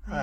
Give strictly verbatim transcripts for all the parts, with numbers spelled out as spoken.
はい。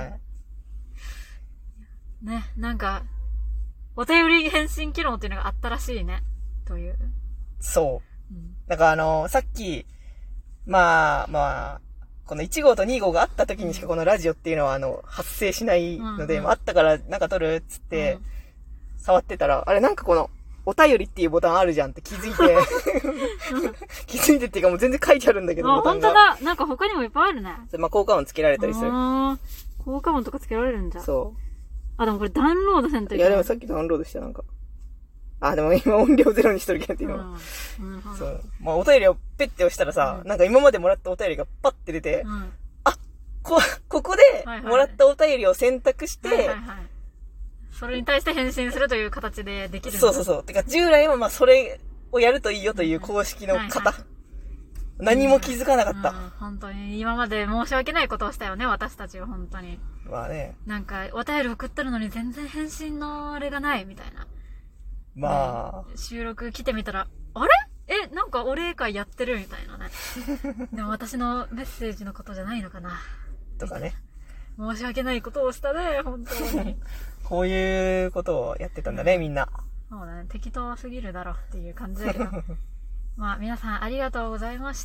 ね、なんか、お便り返信機能っていうのがあったらしいね。という。 そう。うん、だからあのー、さっき、まあ、まあ、このいち号とに号があった時にしかこのラジオっていうのはあの、発生しないので、うんうん、あったからなんか撮るっつって、触ってたら、あれなんかこの、お便りっていうボタンあるじゃんって気づいて、気づいてっていうかもう全然書いてあるんだけど、 ボタンが。あ、ほんとだ。なんか他にもいっぱいあるね。 それまあ効果音つけられたりする。 あー、効果音とかつけられるんじゃ。 そう。 あ、でもこれダウンロードせんといけない。いやでもさっきダウンロードしたなんか。あ、でも今音量ゼロにしとるけど今。うん、そう。まあお便りをペッて押したらさ、うん、なんか今までもらったお便りがパッて出て、うん、あ、こ、ここでもらったお便りを選択して、はいはいはいはい、 それに対して返信するという形でできるんだ。 そうそうそう。てか従来はまあそれをやるといいよという公式の型。はいはい、何も気づかなかった、うんうん。 本当に今まで申し訳ないことをしたよね、私たちは本当に。 まあね。 なんかお便り送ってるのに全然返信のあれがないみたいな。 まあ、 ね、収録来てみたら、あれえ、なんかお礼会やってるみたいなね。でも私のメッセージのことじゃないのかな。 とかね。 申し訳ないことをしたね、本当に。 こういうことをやってたんだね、みんな。 そうだね、適当すぎるだろっていう感じだけど。まあ皆さんありがとうございました。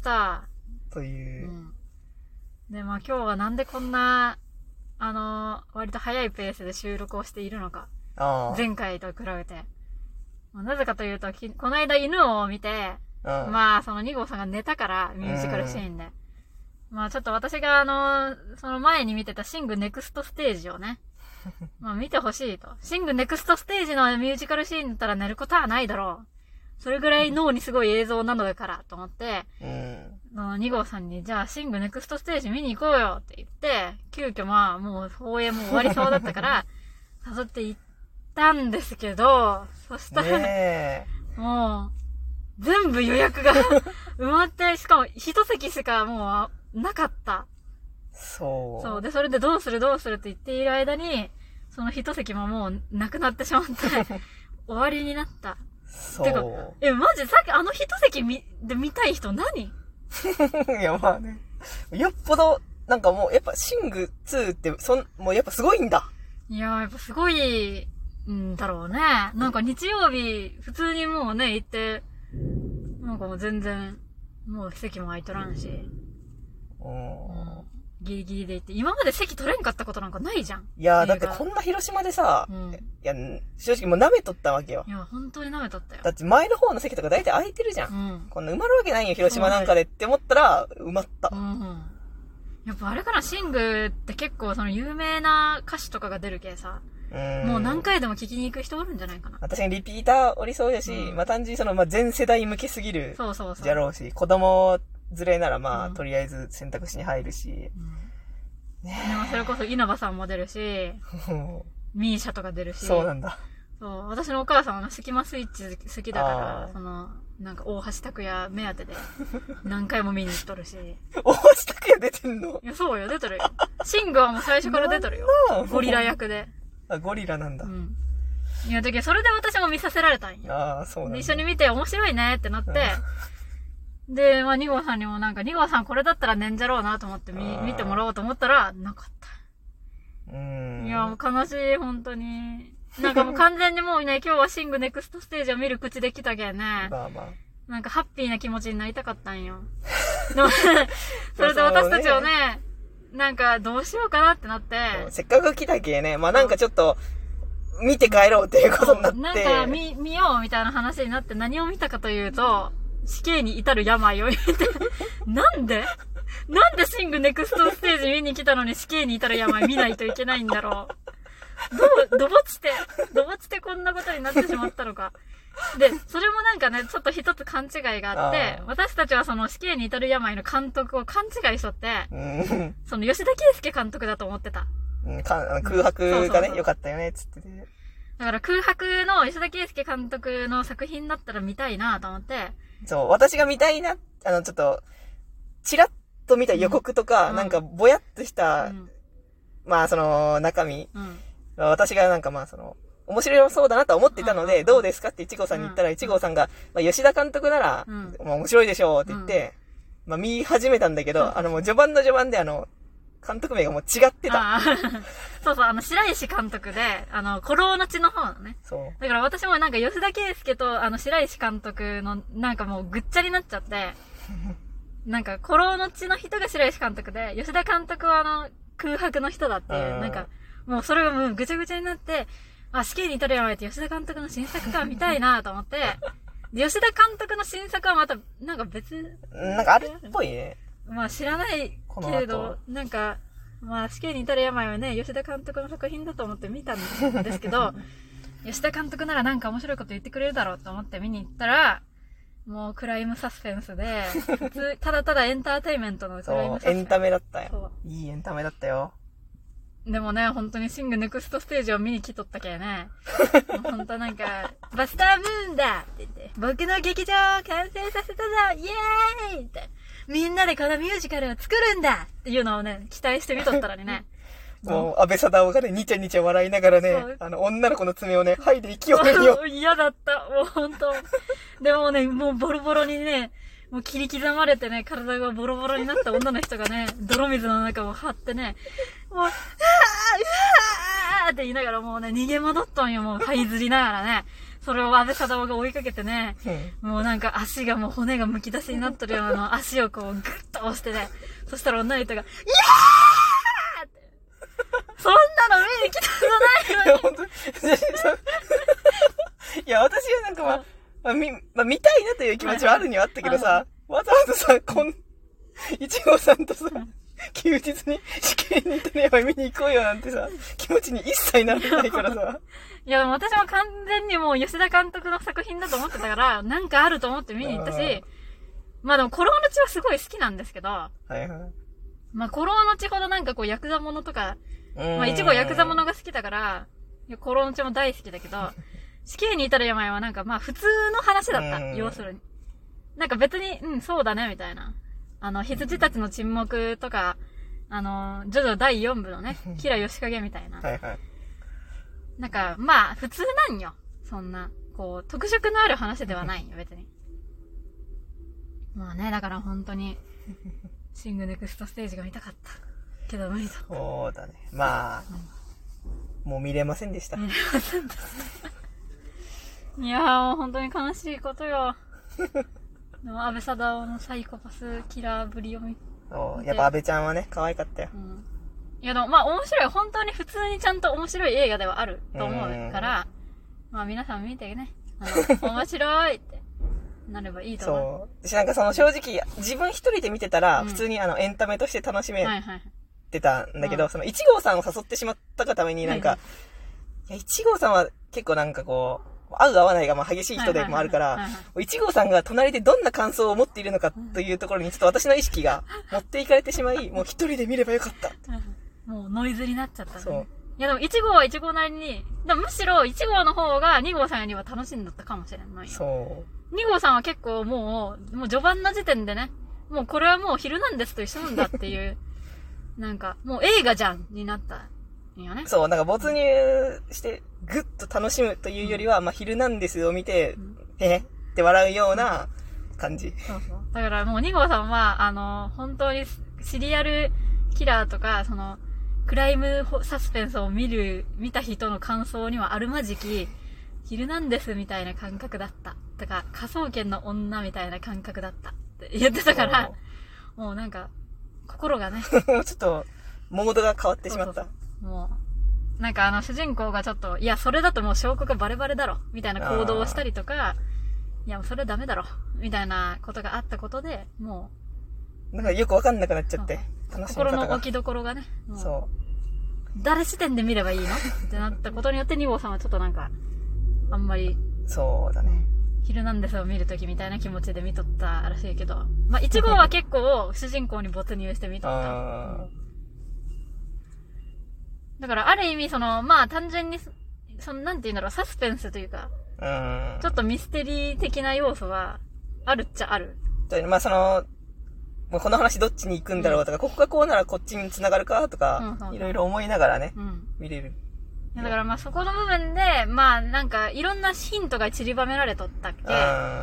という。うん、 で、まあ今日はなんでこんな、あのー、割と早いペースで収録をしているのか。 あ前回と比べて。なぜかというと、この間犬を見て、まあそのに号さんが寝たからミュージカルシーンで。まあちょっと私があの、その前に見てたシングネクストステージをね、まあ見てほしいと。シングネクストステージのミュージカルシーンだったら寝ることはないだろう。それぐらい脳にすごい映像なのだからと思って、うん、に号さんにじゃあシングネクストステージ見に行こうよって言って、急遽まあもう放映も終わりそうだったから、誘って行ったんですけど、そしたら、ね、もう、全部予約が埋まって、しかも一席しかもうなかった。 そう。 そう。で、それでどうするどうするって言っている間に、その一席ももうなくなってしまって、終わりになった。 そう。 てか、え、マジさっきあの一席みで見たい人何いや、まあね。よっぽど、なんかもう、やっぱシングツーって、そん、もうやっぱすごいんだ。 いやー、やっぱすごい、んだろうね。なんか日曜日、普通にもうね、行って、なんかもう全然、もう席も空いとらんし。うん、ギリギリで行って、今まで席取れんかったことなんかないじゃん。 いやー、だってこんな広島でさ、うん、いや、正直もう舐めとったわけよ。 いや、本当に舐めとったよ。 だって前の方の席とか大体空いてるじゃん。うん、こんな埋まるわけないよ、広島なんかでって思ったら、埋まった。うんうん、 やっぱあれかな、シングって結構その有名な歌手とかが出るけさ、うんもう何回でも聞きに行く人おるんじゃないかな。 私にリピーターおりそうやし、うん、まあ単純にその、まあ全世代向けすぎる。そうそうそう。じゃろうし、子供連れならまあ、うん、とりあえず選択肢に入るし。 うん、ねえ。それこそ稲葉さんも出るし、ミーシャとか出るし。 そうなんだ。 そう、私のお母さんはスキマスイッチ好きだから、その、なんか大橋拓也目当てで何回も見に行っとるし。 大橋拓也出てんの？ いや、そうよ、出とるよ。シングはもう最初から出とるよ。ゴリラ役で。 あ、ゴリラなんだ。うん。 いや、だけどそれで私も見させられたんよ。 ああ、そうなんだ。 一緒に見て面白いねってなって、で、まあ、に号さんにもなんか、に号さんこれだったらねんじゃろうなと思って見、見てもらおうと思ったら、なかった。うーん。いや、もう悲しい、本当に。なんかもう完全にもうね、今日はシングネクストステージを見る口で来たけんね。 まあまあ。 なんかハッピーな気持ちになりたかったんよ。でもそれで私たちをね、なんかどうしようかなってなって。 せっかく来たけね、まあなんかちょっと、見て帰ろうっていうことになって。 なんか見、見ようみたいな話になって何を見たかというと、死刑に至る病を見て、なんでなんでシングネクストステージ見に来たのに死刑に至る病見ないといけないんだろう。ど、どぼちて、どぼちてこんなことになってしまったのか。で、それもなんかね、ちょっと一つ勘違いがあって、私たちはその死刑に至る病の監督を勘違いしとって、その吉田圭佑監督だと思ってた。 うん、か空白がね、良かったよね、つってて。 だから空白の吉田圭佑監督の作品だったら見たいなと思って。 そう、私が見たいな、あの、ちょっと、チラッと見た予告とか、うん、なんかぼやっとした、うん、まあその中身、うん、私がなんかまあその、面白そうだなと思ってたので、どうですかっていち号さんに言ったら、いち号さんが、まあ、吉田監督なら、まあ面白いでしょうって言って、まあ見始めたんだけど、あのもう序盤の序盤であの、 監督名がもう違ってた。 あそうそう、あの、白石監督で、あの、古老の地の方のね。 そう。 だから私もなんか吉田圭佑と、あの、白石監督の、なんかもうぐっちゃになっちゃって、なんか、古老の地の人が白石監督で、吉田監督はあの、空白の人だっていう、なんか、もうそれがもうぐちゃぐちゃになって、あ、死刑に至るやまいって吉田監督の新作か見たいなと思って、で吉田監督の新作はまた、なんか別、 なんかあれっぽいね。 まあ知らないけれど、なんか、まあ死刑に至る病はね、吉田監督の作品だと思って見たんですけど、吉田監督ならなんか面白いこと言ってくれるだろうと思って見に行ったら、もうクライムサスペンスで、普通、ただただエンターテイメントのクライムサスペンス。 エンタメだったよ。いいエンタメだったよ。 でもね、本当にシングネクストステージを見に来とったけね。本当なんか、バスタームーンだって言って、僕の劇場を完成させたぞイエーイって、みんなでこのミュージカルを作るんだっていうのをね、期待して見とったらにね。 もう、安倍貞夫がね、ニチャニチャ笑いながらね、あの、女の子の爪をね、剥いで息を見よう。 嫌だった。もう本当。でもね、もうボロボロにね、もう切り刻まれてね、体がボロボロになった女の人がね、泥水の中を張ってね、もう、うわーうわーって言いながらもうね、逃げ戻っとんよ、もう這いずりながらね。それを安倍貞夫が追いかけてね、うん、もうなんか足がもう骨がむき出しになってるようなの足をこうグッと押してね、そしたら女の人が、イエーって。そんなの見に来たことないのに。いや、本当に。 いや、私はなんかまあ、まあ、み、まあ、見たいなという気持ちはあるにはあったけどさ、わざわざさ、こん、いちごさんとさ、休日に死刑に至る病見に行こうよなんてさ、気持ちに一切なれないからさ。 いや、でも私も完全にもう吉田監督の作品だと思ってたから、なんかあると思って見に行ったし、まあでも、古老の地はすごい好きなんですけど、はいはい。まあ、古老の地ほどなんかこう、ヤクザものとか、まあ、いちごヤクザものが好きだから、古老の地も大好きだけど、死刑に至る病はなんかまあ普通の話だった。要するに。なんか別に、うん、そうだね、みたいな。あの、羊たちの沈黙とか、あの、ジョジョだいよんぶのね、キラヨシカゲみたいな。はいはい。なんか、まあ、普通なんよ。そんな、こう、特色のある話ではないよ、別に。まあね、だから本当に、シングネクストステージが見たかった。けど無理だ。 そうだね。まあ、うん、もう見れませんでした。見れませんでした。 いやー、もう本当に悲しいことよ。でも安倍貞夫のサイコパスキラーぶりを見て。 やっぱ安倍ちゃんはね、可愛かったよ。うん、 いやでもまあ面白い。本当に普通にちゃんと面白い映画ではあると思うから、まあ皆さん見てね、あの、面白いってなればいいと思う。そう。 私なんかその正直、自分一人で見てたら、普通にあのエンタメとして楽しめてたんだけど、そのいちごうさんを誘ってしまったがためになんか、いや、いちごうさんは結構なんかこう、合う合わないがまあ激しい人でもあるから、いちごうさんが隣でどんな感想を持っているのかというところにちょっと私の意識が持っていかれてしまい、もう一人で見ればよかった。 もうノイズになっちゃった、ね。そう。いやでもいちごうはいちごうなりに、でもむしろいちごうの方がにごうさんよりは楽しんだったかもしれない。そう。にごうさんは結構もう、もう序盤の時点でね、もうこれはもうヒルナンデスと一緒なんだっていう、なんかもう映画じゃんになった。いいよね、 そう、なんか没入して、ぐっと楽しむというよりは、うん、まあ、ヒルナンデスを見て、うん、へへって笑うような感じ。 そうそう。だからもうにごうさんは、あの、本当にシリアルキラーとか、その、クライムサスペンスを見る、見た人の感想にはあるまじき、ヒルナンデスみたいな感覚だった。とか、科捜研の女みたいな感覚だったって言ってたから、もうなんか、心がね。 ちょっと、モードが変わってしまった。そうそうそう、 もう、なんかあの主人公がちょっと、いや、それだともう証拠がバレバレだろ、みたいな行動をしたりとか、いや、それダメだろ、みたいなことがあったことで、もう。なんかよくわかんなくなっちゃって。 心の置きどころがね。そう。誰視点で見ればいいのってなったことによって、にごうさんはちょっとなんか、あんまり。 そうだね。 ヒルナンデスを見るときみたいな気持ちで見とったらしいけど、まあ、いちごうは結構主人公に没入して見とった。だから、ある意味、その、まあ、単純に、その、なんて言うんだろう、サスペンスというか、うん、ちょっとミステリー的な要素は、あるっちゃある。 まあ、その、もうこの話どっちに行くんだろうとか、うん、ここがこうならこっちに繋がるかとか、いろいろ思いながらね、うん、見れる。 いやだからまあそこの部分で、まあなんかいろんなヒントが散りばめられとったっけ、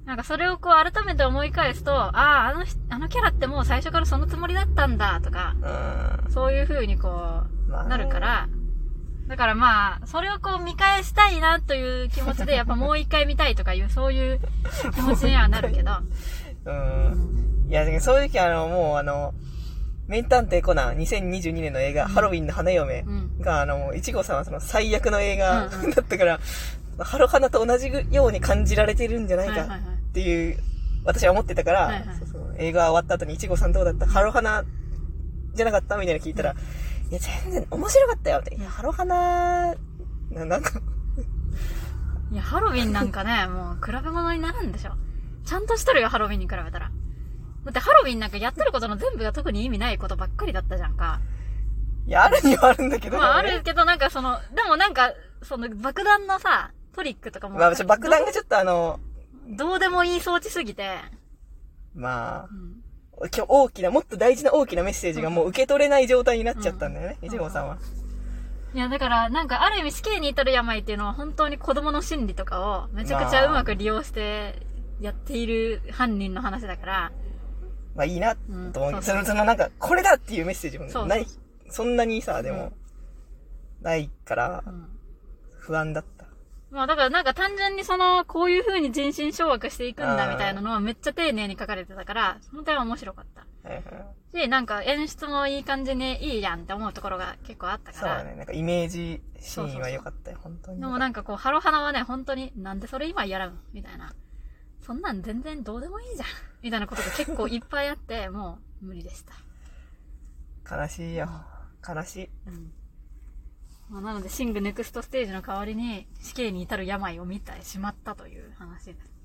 なんかそれをこう改めて思い返すと、ああ、あの、あのキャラってもう最初からそのつもりだったんだとか、 うん、 そういう風にこう、まあ、なるから、だからまあ、それをこう見返したいなという気持ちで、やっぱもう一回見たいとかいう、そういう気持ちにはなるけど。 うん。いや、正直あの、もうあの、名探偵コナンにせんにじゅうにねんの映画、うん、ハロウィンの花嫁が、あの、いち号さんはその最悪の映画だったから、うんうん、ハロハナと同じように感じられてるんじゃないかっていう、はいはいはい、私は思ってたから、はいはい、そうそう、映画終わった後にいち号さんどうだった、ハロハナじゃなかったみたいな聞いたら、うん、いや、全然面白かったよって。いや、ハロハナな、なんかいや、ハロウィンなんかね、もう比べ物になるんでしょ。ちゃんとしとるよ、ハロウィンに比べたら。だってハロウィンなんかやってることの全部が特に意味ないことばっかりだったじゃんか。 いや、あるにはあるんだけど、ね。 まああるけどなんかその、でもなんか、その爆弾のさ、トリックとかも。 まあ爆弾がちょっとあの、 どうでもいい装置すぎて。 まあ、うん、今日大きな、もっと大事な大きなメッセージがもう受け取れない状態になっちゃったんだよね、いち号さんは。 いや、だから、なんか、ある意味死刑に至る病っていうのは本当に子供の心理とかをめちゃくちゃうまく利用してやっている犯人の話だから。 まあいいな、と思う。うん、その、そのなんか、これだっていうメッセージもない。そうそう、そんなにさ、でも、うん、ないから、不安だった。 まあだからなんか単純にその、こういう風に人心掌握していくんだみたいなのはめっちゃ丁寧に書かれてたから、その点は面白かった。はいはい。し、なんか演出もいい感じにいいやんって思うところが結構あったから。 そうだね。なんかイメージシーンは良かったよ、そうそうそう、本当に。 でもなんかこう、ハロハナはね、本当に、なんでそれ今やるのみたいな。そんなん全然どうでもいいじゃんみたいなことが結構いっぱいあって、もう無理でした。 悲しいよ。悲しい。うん。 まあ、なので、シングネクストステージの代わりに死刑に至る病を見てしまったという話です。